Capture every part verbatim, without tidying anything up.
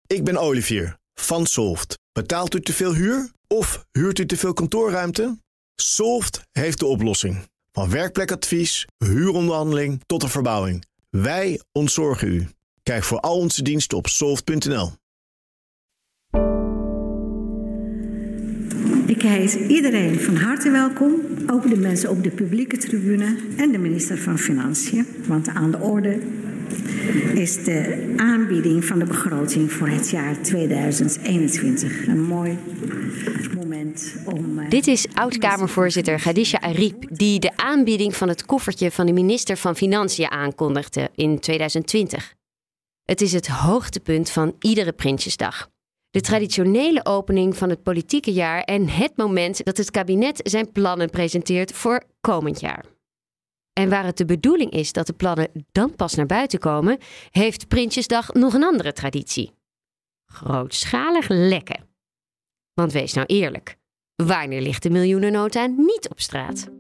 Ik ben Olivier van Solft. Betaalt u te veel huur of huurt u te veel kantoorruimte? Solft heeft de oplossing. Van werkplekadvies, huuronderhandeling tot de verbouwing. Wij ontzorgen u. Kijk voor al onze diensten op solft punt n l. Ik heet iedereen van harte welkom, ook de mensen op de publieke tribune en de minister van Financiën. Want aan de orde is de aanbieding van de begroting voor het jaar tweeduizend eenentwintig. Een mooi moment om... Uh, Dit is oud-Kamervoorzitter Khadija Arib, die de aanbieding van het koffertje van de minister van Financiën aankondigde in tweeduizend twintig. Het is het hoogtepunt van iedere Prinsjesdag. De traditionele opening van het politieke jaar en het moment dat het kabinet zijn plannen presenteert voor komend jaar. En waar het de bedoeling is dat de plannen dan pas naar buiten komen, heeft Prinsjesdag nog een andere traditie. Grootschalig lekken. Want wees nou eerlijk, wanneer ligt de miljoenennota niet op straat?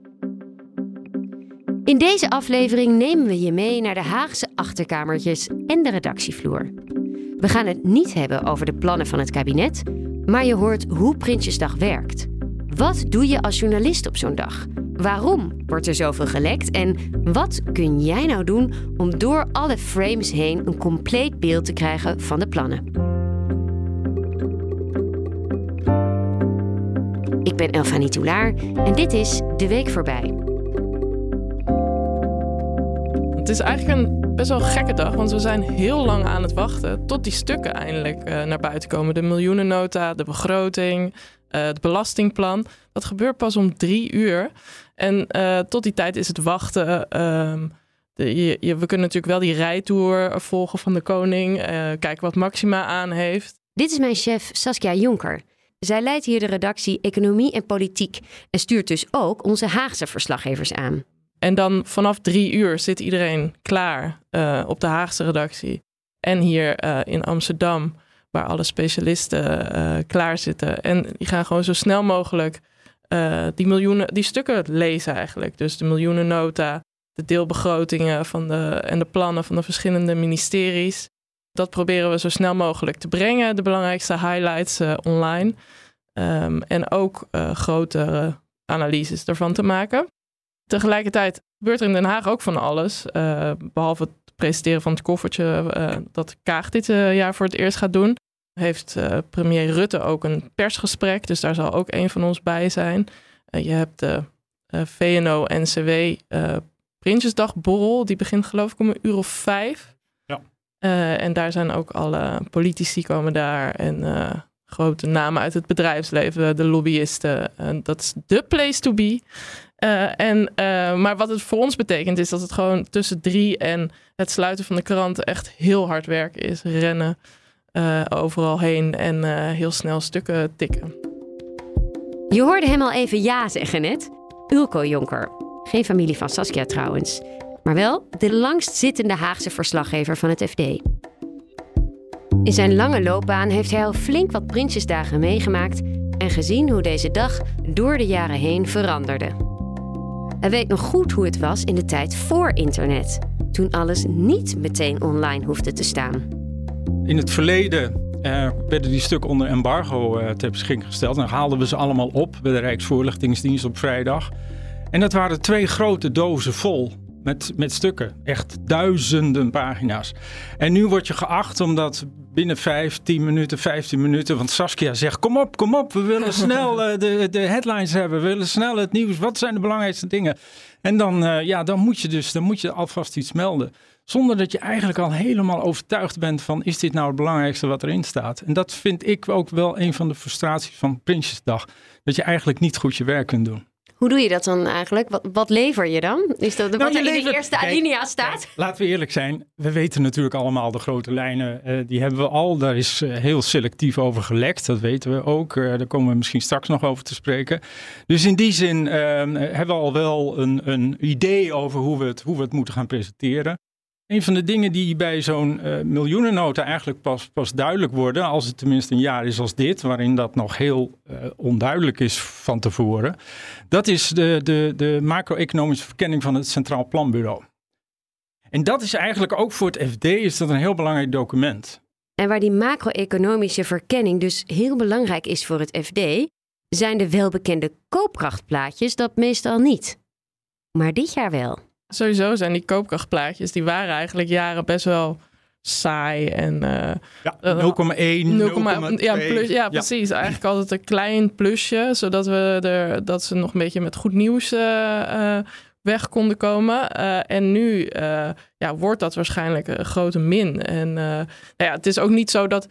In deze aflevering nemen we je mee naar de Haagse achterkamertjes en de redactievloer. We gaan het niet hebben over de plannen van het kabinet, maar je hoort hoe Prinsjesdag werkt. Wat doe je als journalist op zo'n dag? Waarom wordt er zoveel gelekt? En wat kun jij nou doen om door alle frames heen een compleet beeld te krijgen van de plannen? Ik ben Elfanie Toulaar en dit is De Week Voorbij. Het is eigenlijk een best wel gekke dag, want we zijn heel lang aan het wachten tot die stukken eindelijk uh, naar buiten komen. De miljoenennota, de begroting, uh, het belastingplan. Dat gebeurt pas om drie uur. En uh, tot die tijd is het wachten. Uh, de, je, je, we kunnen natuurlijk wel die rijtour volgen van de koning. Uh, kijken wat Maxima aan heeft. Dit is mijn chef Saskia Jonker. Zij leidt hier de redactie Economie en Politiek en stuurt dus ook onze Haagse verslaggevers aan. En dan vanaf drie uur zit iedereen klaar uh, op de Haagse redactie. En hier uh, in Amsterdam, waar alle specialisten uh, klaar zitten. En die gaan gewoon zo snel mogelijk uh, die, miljoenen, die stukken lezen eigenlijk. Dus de miljoenennota, de deelbegrotingen van de, en de plannen van de verschillende ministeries. Dat proberen we zo snel mogelijk te brengen. De belangrijkste highlights uh, online. Um, en ook uh, grotere analyses ervan te maken. Tegelijkertijd gebeurt er in Den Haag ook van alles. Uh, behalve het presenteren van het koffertje uh, dat Kaag dit uh, jaar voor het eerst gaat doen. Heeft uh, premier Rutte ook een persgesprek. Dus daar zal ook een van ons bij zijn. Uh, je hebt de uh, V N O-N C W uh, Prinsjesdagborrel. Die begint geloof ik om een uur of vijf. Ja. Uh, en daar zijn ook alle politici komen daar. En uh, grote namen uit het bedrijfsleven. De lobbyisten. Uh, dat is the place to be. Uh, en, uh, maar wat het voor ons betekent is dat het gewoon tussen drie en het sluiten van de kranten echt heel hard werken is. Rennen uh, overal heen en uh, heel snel stukken tikken. Je hoorde hem al even ja zeggen net. Ulko Jonker. Geen familie van Saskia trouwens. Maar wel de langstzittende Haagse verslaggever van het F D. In zijn lange loopbaan heeft hij al flink wat Prinsjesdagen meegemaakt en gezien hoe deze dag door de jaren heen veranderde. Hij weet nog goed hoe het was in de tijd voor internet, toen alles niet meteen online hoefde te staan. In het verleden uh, werden die stukken onder embargo uh, ter beschikking gesteld. En dan haalden we ze allemaal op bij de Rijksvoorlichtingsdienst op vrijdag. En dat waren twee grote dozen vol met, met stukken. Echt duizenden pagina's. En nu word je geacht om dat binnen vijf, tien minuten, vijftien minuten. Want Saskia zegt, kom op, kom op. We willen snel uh, de, de headlines hebben. We willen snel het nieuws. Wat zijn de belangrijkste dingen? En dan, uh, ja, dan moet je dus dan moet je alvast iets melden. Zonder dat je eigenlijk al helemaal overtuigd bent van, is dit nou het belangrijkste wat erin staat? En dat vind ik ook wel een van de frustraties van Prinsjesdag. Dat je eigenlijk niet goed je werk kunt doen. Hoe doe je dat dan eigenlijk? Wat, wat lever je dan? Is dat wat nou, er in de eerste kijk, alinea staat? Kijk, laten we eerlijk zijn. We weten natuurlijk allemaal de grote lijnen. Uh, die hebben we al. Daar is uh, heel selectief over gelekt. Dat weten we ook. Uh, daar komen we misschien straks nog over te spreken. Dus in die zin uh, hebben we al wel een, een idee over hoe we, het, hoe we het moeten gaan presenteren. Een van de dingen die bij zo'n uh, miljoenennota eigenlijk pas, pas duidelijk worden, als het tenminste een jaar is als dit, waarin dat nog heel uh, onduidelijk is van tevoren, dat is de, de, de macro-economische verkenning van het Centraal Planbureau. En dat is eigenlijk ook voor het F D is dat een heel belangrijk document. En waar die macro-economische verkenning dus heel belangrijk is voor het F D, zijn de welbekende koopkrachtplaatjes dat meestal niet. Maar dit jaar wel. Sowieso zijn die koopkrachtplaatjes, die waren eigenlijk jaren best wel saai en uh, ja, nul komma één, nul komma twee. Ja, plus, ja, precies. Ja. Eigenlijk altijd een klein plusje, zodat we er, dat ze nog een beetje met goed nieuws uh, uh, weg konden komen. Uh, en nu uh, ja, wordt dat waarschijnlijk een grote min. En uh, nou ja, het is ook niet zo dat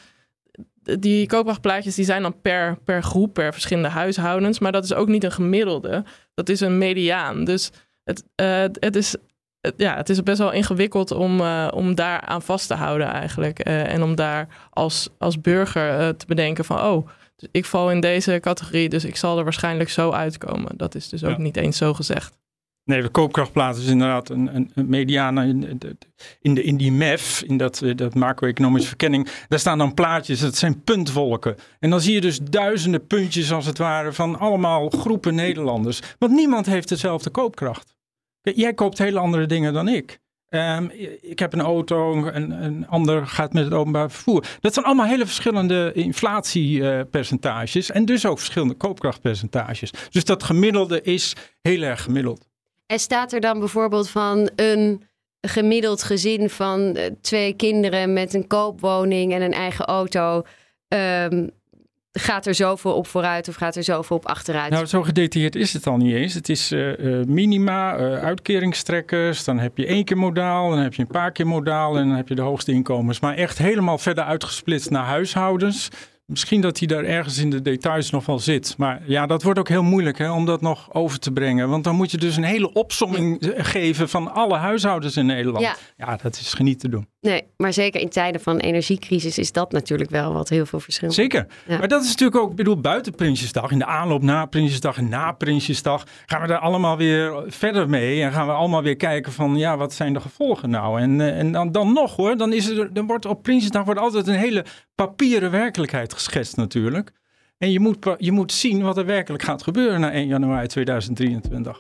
die koopkrachtplaatjes die zijn dan per, per groep, per verschillende huishoudens, maar dat is ook niet een gemiddelde. Dat is een mediaan. Dus het, uh, het is Ja, het is best wel ingewikkeld om, uh, om daar aan vast te houden eigenlijk. Uh, en om daar als, als burger uh, te bedenken van... oh, dus ik val in deze categorie, dus ik zal er waarschijnlijk zo uitkomen. Dat is dus ook ja. niet eens zo gezegd. Nee, de koopkrachtplaat is inderdaad een, een, een mediane in, in, de, in die M E F, in dat, dat macro-economische verkenning. Daar staan dan plaatjes, dat zijn puntwolken. En dan zie je dus duizenden puntjes als het ware van allemaal groepen Nederlanders. Want niemand heeft dezelfde koopkracht. Jij koopt hele andere dingen dan ik. Um, ik heb een auto, een, een ander gaat met het openbaar vervoer. Dat zijn allemaal hele verschillende inflatiepercentages. Uh, en dus ook verschillende koopkrachtpercentages. Dus dat gemiddelde is heel erg gemiddeld. En staat er dan bijvoorbeeld van een gemiddeld gezin van uh, twee kinderen met een koopwoning en een eigen auto... Um, Gaat er zoveel op vooruit of gaat er zoveel op achteruit? Nou, zo gedetailleerd is het al niet eens. Het is uh, uh, minima, uh, uitkeringstrekkers. Dan heb je één keer modaal, dan heb je een paar keer modaal en dan heb je de hoogste inkomens. Maar echt helemaal verder uitgesplitst naar huishoudens. Misschien dat hij daar ergens in de details nog wel zit. Maar ja, dat wordt ook heel moeilijk hè, om dat nog over te brengen. Want dan moet je dus een hele opsomming geven van alle huishoudens in Nederland. Ja, ja dat is niet te doen. Nee, maar zeker in tijden van energiecrisis is dat natuurlijk wel wat heel veel verschil. Zeker. Ja. Maar dat is natuurlijk ook, ik bedoel, buiten Prinsjesdag, in de aanloop na Prinsjesdag en na Prinsjesdag, gaan we daar allemaal weer verder mee. En gaan we allemaal weer kijken van, ja, wat zijn de gevolgen nou? En, en dan, dan nog hoor, dan, is er, dan wordt op Prinsjesdag wordt altijd een hele papieren werkelijkheid geschetst natuurlijk. En je moet, je moet zien wat er werkelijk gaat gebeuren na één januari tweeduizend drieëntwintig.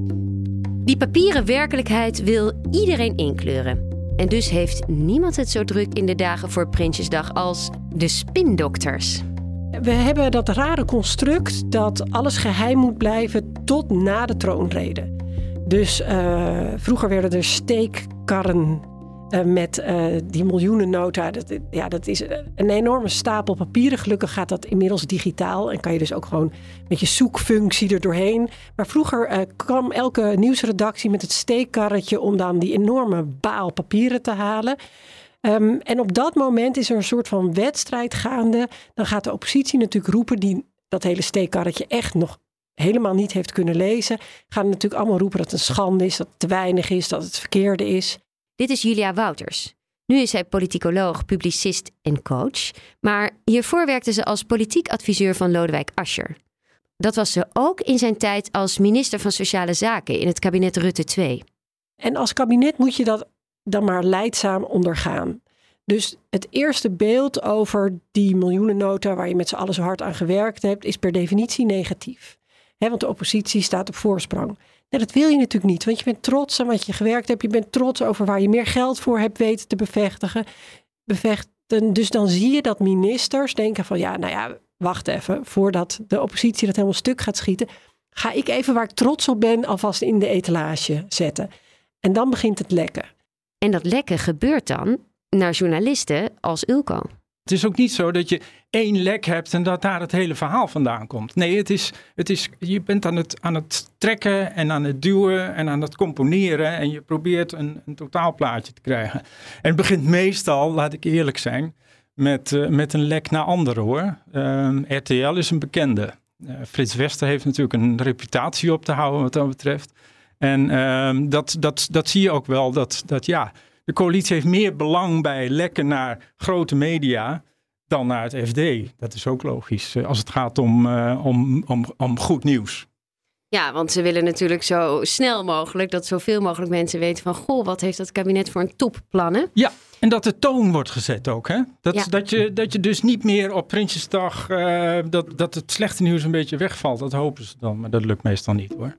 Die papieren werkelijkheid wil iedereen inkleuren. En dus heeft niemand het zo druk in de dagen voor Prinsjesdag als de spindokters. We hebben dat rare construct dat alles geheim moet blijven tot na de troonrede. Dus uh, vroeger werden er steekkarren uh, met uh, die miljoenennota. Dat, ja, dat is een enorme stapel papieren. Gelukkig gaat dat inmiddels digitaal en kan je dus ook gewoon met je zoekfunctie er doorheen. Maar vroeger uh, kwam elke nieuwsredactie met het steekkarretje om dan die enorme baal papieren te halen. Um, en op dat moment is er een soort van wedstrijd gaande. Dan gaat de oppositie natuurlijk roepen die dat hele steekkarretje echt nog helemaal niet heeft kunnen lezen. Gaan natuurlijk allemaal roepen dat het een schande is, dat het te weinig is, dat het verkeerde is. Dit is Julia Wouters. Nu is zij politicoloog, publicist en coach. Maar hiervoor werkte ze als politiek adviseur van Lodewijk Asscher. Dat was ze ook in zijn tijd als minister van Sociale Zaken in het kabinet Rutte twee. En als kabinet moet je dat dan maar lijdzaam ondergaan. Dus het eerste beeld over die miljoenennota waar je met z'n allen zo hard aan gewerkt hebt, is per definitie negatief. He, want de oppositie staat op voorsprong. Ja, dat wil je natuurlijk niet, want je bent trots aan wat je gewerkt hebt. Je bent trots over waar je meer geld voor hebt weten te bevestigen. bevechten. Dus dan zie je dat ministers denken van ja, nou ja, wacht even. Voordat de oppositie dat helemaal stuk gaat schieten, ga ik even waar ik trots op ben alvast in de etalage zetten. En dan begint het lekken. En dat lekken gebeurt dan naar journalisten als Ulco. Het is ook niet zo dat je één lek hebt en dat daar het hele verhaal vandaan komt. Nee, het is, het is, je bent aan het, aan het trekken en aan het duwen en aan het componeren. En je probeert een, een totaalplaatje te krijgen. En het begint meestal, laat ik eerlijk zijn, met, uh, met een lek naar anderen hoor. Uh, R T L is een bekende. Uh, Frits Wester heeft natuurlijk een reputatie op te houden wat dat betreft. En uh, dat, dat, dat zie je ook wel, dat, dat ja... De coalitie heeft meer belang bij lekken naar grote media dan naar het F D. Dat is ook logisch als het gaat om, uh, om, om, om goed nieuws. Ja, want ze willen natuurlijk zo snel mogelijk dat zoveel mogelijk mensen weten van goh, wat heeft dat kabinet voor een topplannen? Ja, en dat de toon wordt gezet ook. Hè? Dat, Ja. dat, je, dat je dus niet meer op Prinsjesdag, uh, dat, dat het slechte nieuws een beetje wegvalt. Dat hopen ze dan, maar dat lukt meestal niet hoor.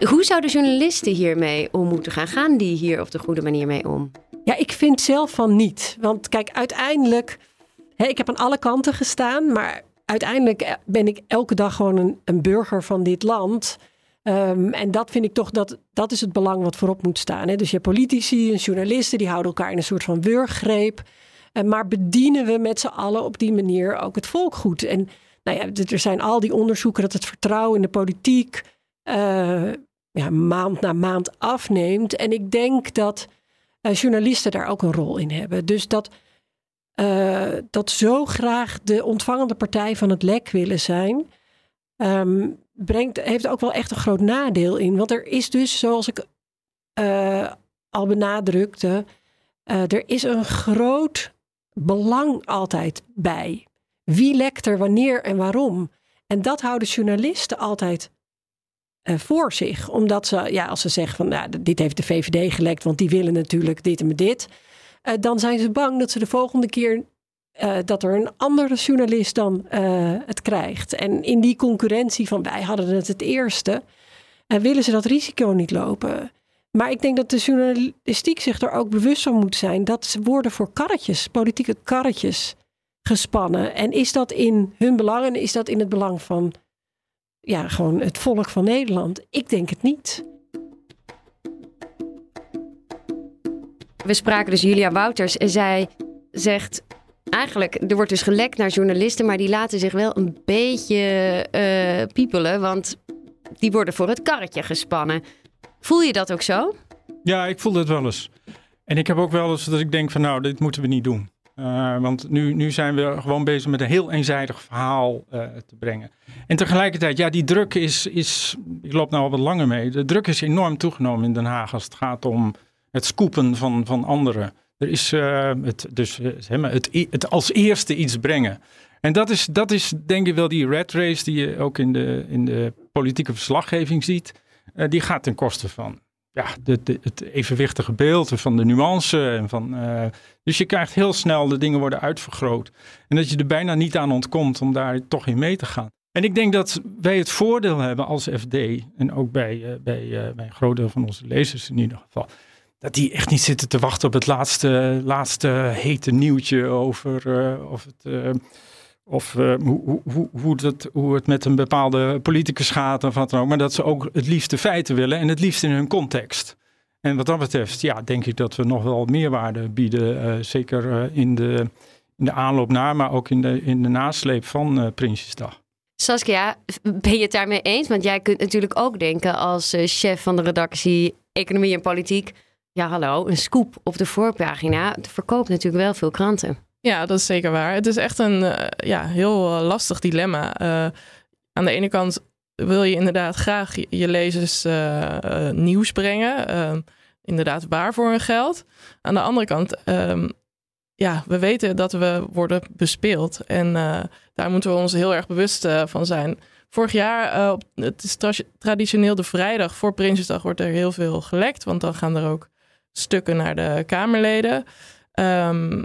Hoe zouden journalisten hiermee om moeten gaan? Gaan die hier op de goede manier mee om? Ja, ik vind zelf van niet. Want kijk, uiteindelijk... Hè, ik heb aan alle kanten gestaan, maar uiteindelijk ben ik elke dag gewoon een, een burger van dit land. Um, en dat vind ik toch, dat, dat is het belang wat voorop moet staan. Hè? Dus je hebt politici en journalisten, die houden elkaar in een soort van wurggreep. Uh, maar bedienen we met z'n allen op die manier ook het volk goed? En nou ja, er zijn al die onderzoeken dat het vertrouwen in de politiek uh, ja, maand na maand afneemt. En ik denk dat uh, journalisten daar ook een rol in hebben. Dus dat... Uh, dat zo graag de ontvangende partij van het lek willen zijn, um, brengt, heeft ook wel echt een groot nadeel in. Want er is dus, zoals ik uh, al benadrukte, uh, er is een groot belang altijd bij. Wie lekt er wanneer en waarom? En dat houden journalisten altijd uh, voor zich. Omdat ze, ja, als ze zeggen van, nou, dit heeft de V V D gelekt, want die willen natuurlijk dit en dit. Uh, dan zijn ze bang dat ze de volgende keer uh, dat er een andere journalist dan uh, het krijgt. En in die concurrentie van wij hadden het het eerste, uh, willen ze dat risico niet lopen. Maar ik denk dat de journalistiek zich er ook bewust van moet zijn dat ze worden voor karretjes, politieke karretjes gespannen. En is dat in hun belang en is dat in het belang van ja, gewoon het volk van Nederland? Ik denk het niet. We spraken dus Julia Wouters en zij zegt eigenlijk, er wordt dus gelekt naar journalisten, maar die laten zich wel een beetje uh, piepelen, want die worden voor het karretje gespannen. Voel je dat ook zo? Ja, ik voel dat wel eens. En ik heb ook wel eens dat ik denk van nou, dit moeten we niet doen. Uh, want nu, nu zijn we gewoon bezig met een heel eenzijdig verhaal uh, te brengen. En tegelijkertijd, ja, die druk is, is, ik loop nou al wat langer mee, de druk is enorm toegenomen in Den Haag als het gaat om het scoopen van, van anderen. Er is uh, het, dus, uh, het, het als eerste iets brengen. En dat is, dat is denk ik wel die rat race die je ook in de, in de politieke verslaggeving ziet. Uh, die gaat ten koste van ja, de, de, het evenwichtige beeld, van de nuance. En van, uh, dus je krijgt heel snel, de dingen worden uitvergroot. En dat je er bijna niet aan ontkomt om daar toch in mee te gaan. En ik denk dat wij het voordeel hebben als F D, en ook bij, uh, bij, uh, bij een groot deel van onze lezers in ieder geval, dat die echt niet zitten te wachten op het laatste, laatste hete nieuwtje over uh, of het, uh, of, uh, hoe, hoe, hoe, dat, hoe het met een bepaalde politicus gaat of wat dan ook. Maar dat ze ook het liefst de feiten willen en het liefst in hun context. En wat dat betreft, ja, denk ik dat we nog wel meerwaarde bieden. Uh, zeker uh, in, de, in de aanloop naar, maar ook in de, in de nasleep van uh, Prinsjesdag. Saskia, ben je het daarmee eens? Want jij kunt natuurlijk ook denken als uh, chef van de redactie Economie en Politiek. Ja, hallo, een scoop op de voorpagina. Het verkoopt natuurlijk wel veel kranten. Ja, dat is zeker waar. Het is echt een uh, ja, heel uh, lastig dilemma. Uh, aan de ene kant wil je inderdaad graag je, je lezers uh, uh, nieuws brengen. Uh, inderdaad waar voor hun geld. Aan de andere kant, um, ja, we weten dat we worden bespeeld. En uh, daar moeten we ons heel erg bewust uh, van zijn. Vorig jaar, uh, op, het is tra- traditioneel de vrijdag voor Prinsjesdag, wordt er heel veel gelekt. Want dan gaan er ook stukken naar de Kamerleden. Um,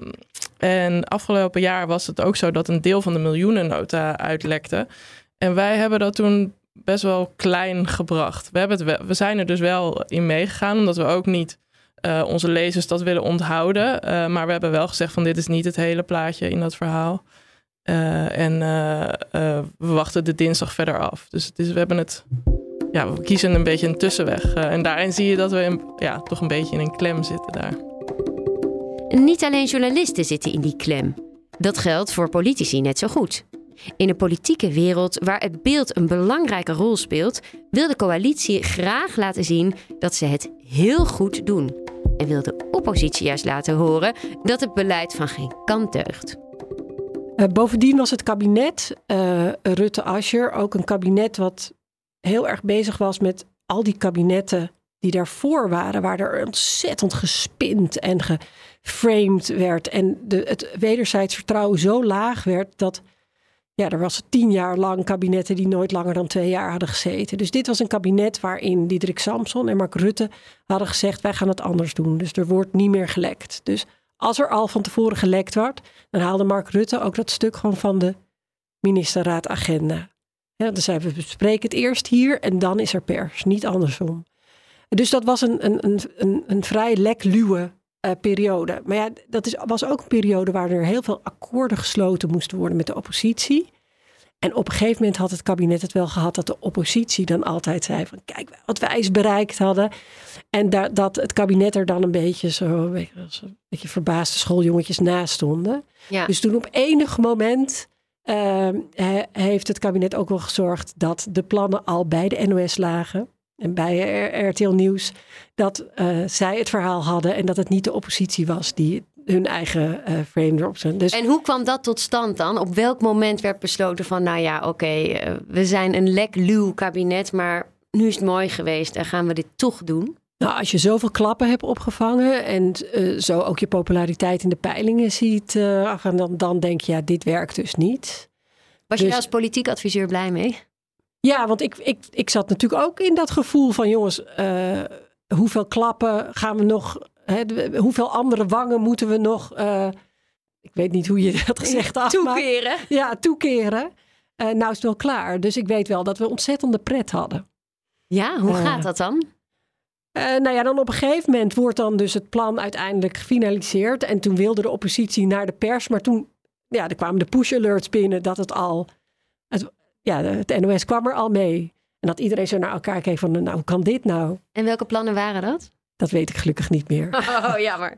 en afgelopen jaar was het ook zo dat een deel van de miljoenennota uitlekte. En wij hebben dat toen best wel klein gebracht. We, hebben het wel, we zijn er dus wel in meegegaan, omdat we ook niet uh, onze lezers dat willen onthouden. Uh, maar we hebben wel gezegd van dit is niet het hele plaatje in dat verhaal. Uh, en uh, uh, we wachten de dinsdag verder af. Dus het is, we hebben het... Ja, we kiezen een beetje een tussenweg. Uh, en daarin zie je dat we in, ja, toch een beetje in een klem zitten daar. Niet alleen journalisten zitten in die klem. Dat geldt voor politici net zo goed. In een politieke wereld waar het beeld een belangrijke rol speelt, wil de coalitie graag laten zien dat ze het heel goed doen. En wil de oppositie juist laten horen dat het beleid van geen kant deugt. Uh, bovendien was het kabinet uh, Rutte-Asscher ook een kabinet wat heel erg bezig was met al die kabinetten die daarvoor waren, waar er ontzettend gespind en geframed werd. En de, het wederzijds vertrouwen zo laag werd dat ja, er was tien jaar lang kabinetten die nooit langer dan twee jaar hadden gezeten. Dus dit was een kabinet waarin Diederik Samson en Mark Rutte hadden gezegd, wij gaan het anders doen. Dus er wordt niet meer gelekt. Dus als er al van tevoren gelekt wordt, dan haalde Mark Rutte ook dat stuk gewoon van de ministerraadagenda. Ja, dan zeiden we, we bespreken het eerst hier en dan is er pers, niet andersom. Dus dat was een, een, een, een, een vrij lekluwe uh, periode. Maar ja, dat is, was ook een periode waar er heel veel akkoorden gesloten moesten worden met de oppositie. En op een gegeven moment had het kabinet het wel gehad dat de oppositie dan altijd zei van kijk wat wij eens bereikt hadden. En da- dat het kabinet er dan een beetje zo een beetje, een beetje verbaasde schooljongetjes naast stonden. Ja. Dus toen op enig moment uh, he, heeft het kabinet ook wel gezorgd dat de plannen al bij de N O S lagen. En bij R T L Nieuws dat uh, zij het verhaal hadden en dat het niet de oppositie was die hun eigen uh, frame erop zetten. Dus En hoe kwam dat tot stand dan? Op welk moment werd besloten van nou ja, oké, okay, uh, we zijn een lekluw kabinet, maar nu is het mooi geweest en gaan we dit toch doen? Nou, als je zoveel klappen hebt opgevangen en uh, zo ook je populariteit in de peilingen ziet, uh, dan, dan denk je ja, dit werkt dus niet. Was je dus, daar als politiek adviseur blij mee? Ja, want ik, ik, ik zat natuurlijk ook in dat gevoel van jongens, uh, hoeveel klappen gaan we nog, hè, de, hoeveel andere wangen moeten we nog, uh, ik weet niet hoe je dat gezegd afmaakt. Toekeren. Ja, toekeren. Uh, nou is het wel klaar. Dus ik weet wel dat we ontzettende pret hadden. Ja, hoe uh, gaat dat dan? Uh, nou ja, dan op een gegeven moment wordt dan dus het plan uiteindelijk gefinaliseerd. En toen wilde de oppositie naar de pers. Maar toen ja, er kwamen de push alerts binnen dat het al, het, ja, het N O S kwam er al mee. En dat iedereen zo naar elkaar keek van, nou, hoe kan dit nou? En welke plannen waren dat? Dat weet ik gelukkig niet meer. Oh, jammer.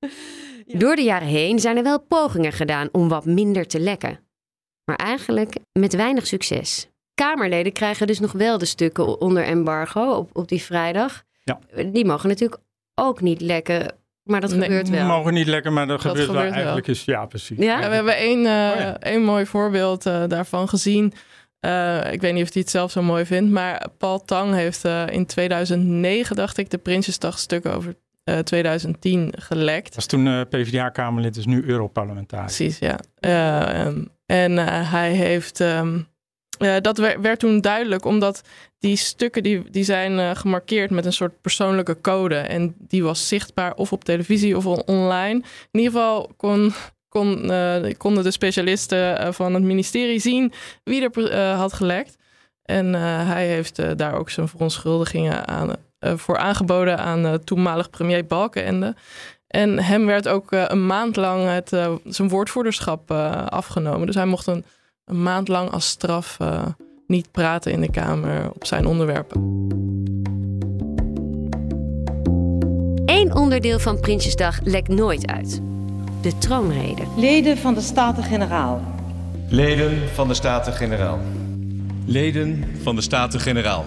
Ja. Door de jaren heen zijn er wel pogingen gedaan om wat minder te lekken. Maar eigenlijk met weinig succes. Kamerleden krijgen dus nog wel de stukken onder embargo op, op die vrijdag. Ja. Die mogen natuurlijk ook niet lekken, maar dat Nee, gebeurt wel. Die mogen niet lekker, maar dat, Dat gebeurt, gebeurt wel. Eigenlijk wel. is, ja, precies. Ja? Ja, we hebben één, uh, Oh ja. één mooi voorbeeld uh, daarvan gezien. Uh, ik weet niet of hij het zelf zo mooi vindt, maar Paul Tang heeft uh, in tweeduizend negen, dacht ik, de Prinsjesdag stukken over uh, tweeduizend tien gelekt. Dat was toen uh, P v d A-Kamerlid, is nu Europarlementariër. Precies, ja. Uh, um, en uh, hij heeft... Um, uh, dat werd, werd toen duidelijk, omdat die stukken die, die zijn uh, gemarkeerd met een soort persoonlijke code. En die was zichtbaar of op televisie of on- online. In ieder geval kon... Kon, uh, konden de specialisten uh, van het ministerie zien wie er uh, had gelekt. En uh, hij heeft uh, daar ook zijn verontschuldigingen aan, uh, voor aangeboden aan uh, toenmalig premier Balkenende. En hem werd ook uh, een maand lang het, uh, zijn woordvoerderschap uh, afgenomen. Dus hij mocht een, een maand lang als straf uh, niet praten in de Kamer op zijn onderwerpen. Eén onderdeel van Prinsjesdag lekt nooit uit. De troonrede. Leden van de Staten-Generaal. Leden van de Staten-Generaal. Leden van de Staten-Generaal.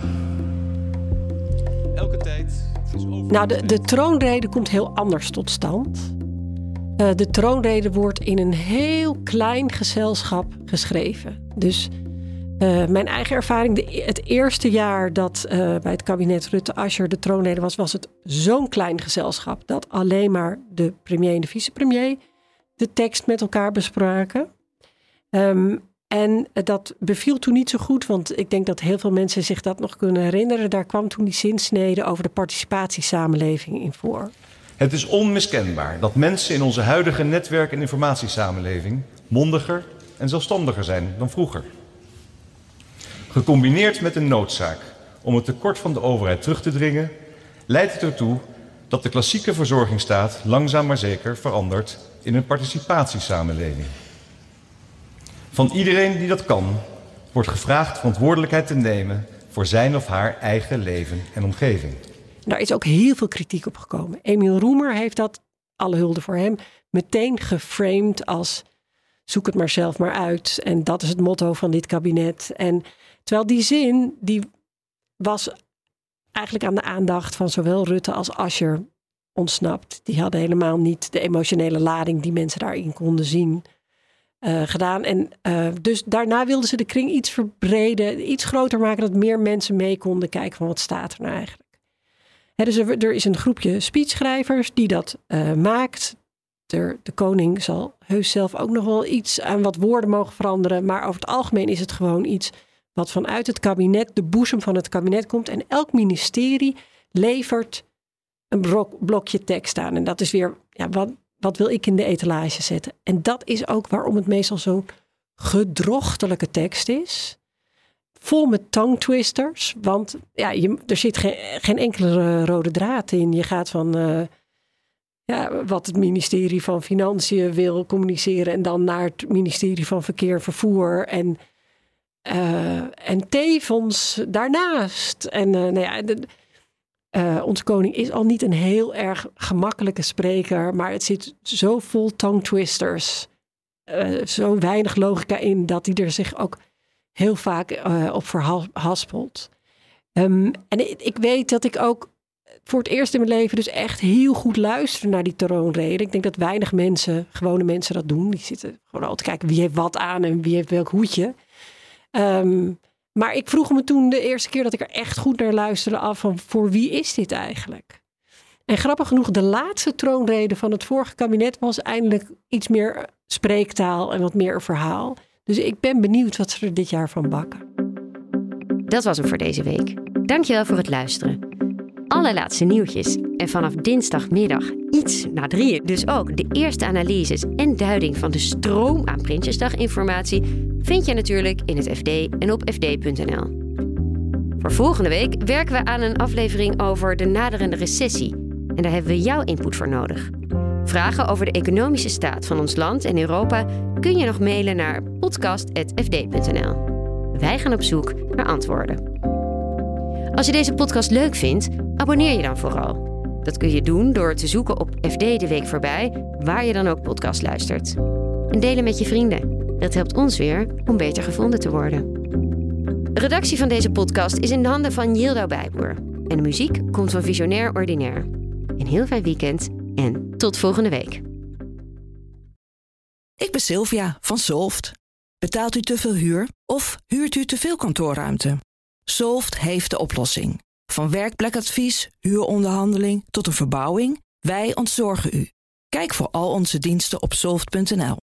Elke tijd is over... Nou, de, de troonrede komt heel anders tot stand. Uh, de troonrede wordt in een heel klein gezelschap geschreven. Dus uh, mijn eigen ervaring, de, het eerste jaar dat uh, bij het kabinet Rutte-Asscher de troonrede was, was het zo'n klein gezelschap dat alleen maar de premier en de vicepremier de tekst met elkaar bespraken. Um, en dat beviel toen niet zo goed, want ik denk dat heel veel mensen zich dat nog kunnen herinneren. Daar kwam toen die zinsnede over de participatiesamenleving in voor. Het is onmiskenbaar dat mensen in onze huidige netwerk- en informatiesamenleving mondiger en zelfstandiger zijn dan vroeger. Gecombineerd met een noodzaak om het tekort van de overheid terug te dringen, leidt het ertoe dat de klassieke verzorgingsstaat langzaam maar zeker verandert in een participatiesamenleving. Van iedereen die dat kan, wordt gevraagd verantwoordelijkheid te nemen voor zijn of haar eigen leven en omgeving. Daar is ook heel veel kritiek op gekomen. Emiel Roemer heeft dat, alle hulde voor hem, meteen geframed als zoek het maar zelf maar uit. En dat is het motto van dit kabinet. En terwijl die zin, die was eigenlijk aan de aandacht van zowel Rutte als Asscher ontsnapt. Die hadden helemaal niet de emotionele lading die mensen daarin konden zien uh, gedaan. En uh, dus daarna wilden ze de kring iets verbreden, iets groter maken, dat meer mensen mee konden kijken van wat staat er nou eigenlijk. He, dus er, er is een groepje speechschrijvers die dat uh, maakt. De, de koning zal heus zelf ook nog wel iets aan wat woorden mogen veranderen. Maar over het algemeen is het gewoon iets wat vanuit het kabinet, de boezem van het kabinet komt. En elk ministerie levert een blok, blokje tekst aan. En dat is weer, ja, wat, wat wil ik in de etalage zetten? En dat is ook waarom het meestal zo'n gedrochtelijke tekst is. vol met tongue twisters. Want ja, je, er zit geen, geen enkele rode draad in. Je gaat van uh, ja, wat het ministerie van Financiën wil communiceren en dan naar het ministerie van Verkeer en Vervoer. En, uh, en tevens daarnaast. En uh, nou ja, de, uh, onze koning is al niet een heel erg gemakkelijke spreker, maar het zit zo vol tongue twisters. Uh, zo weinig logica in dat hij er zich ook heel vaak uh, op verhaspelt. Um, en ik, ik weet dat ik ook voor het eerst in mijn leven dus echt heel goed luister naar die troonrede. Ik denk dat weinig mensen, gewone mensen dat doen. Die zitten gewoon al te kijken wie heeft wat aan en wie heeft welk hoedje. Um, maar ik vroeg me toen de eerste keer dat ik er echt goed naar luisterde af van voor wie is dit eigenlijk? En grappig genoeg, de laatste troonrede van het vorige kabinet was eindelijk iets meer spreektaal en wat meer een verhaal. Dus ik ben benieuwd wat ze er dit jaar van bakken. Dat was hem voor deze week. Dankjewel voor het luisteren. Allerlaatste nieuwtjes en vanaf dinsdagmiddag iets na drieën dus ook de eerste analyses en duiding van de stroom aan Prinsjesdag-informatie vind je natuurlijk in het F D en op f d punt n l. Voor volgende week werken we aan een aflevering over de naderende recessie en daar hebben we jouw input voor nodig. Vragen over de economische staat van ons land en Europa kun je nog mailen naar podcast punt f d punt n l. Wij gaan op zoek naar antwoorden. Als je deze podcast leuk vindt, abonneer je dan vooral. Dat kun je doen door te zoeken op F D de Week Voorbij, waar je dan ook podcast luistert. En delen met je vrienden. Dat helpt ons weer om beter gevonden te worden. De redactie van deze podcast is in de handen van Yildo Bijboer. En de muziek komt van Visionair Ordinaire. Een heel fijn weekend en tot volgende week. Ik ben Sylvia van Solft. Betaalt u te veel huur of huurt u te veel kantoorruimte? Solft heeft de oplossing. Van werkplekadvies, huuronderhandeling tot een verbouwing, wij ontzorgen u. Kijk voor al onze diensten op solft punt n l.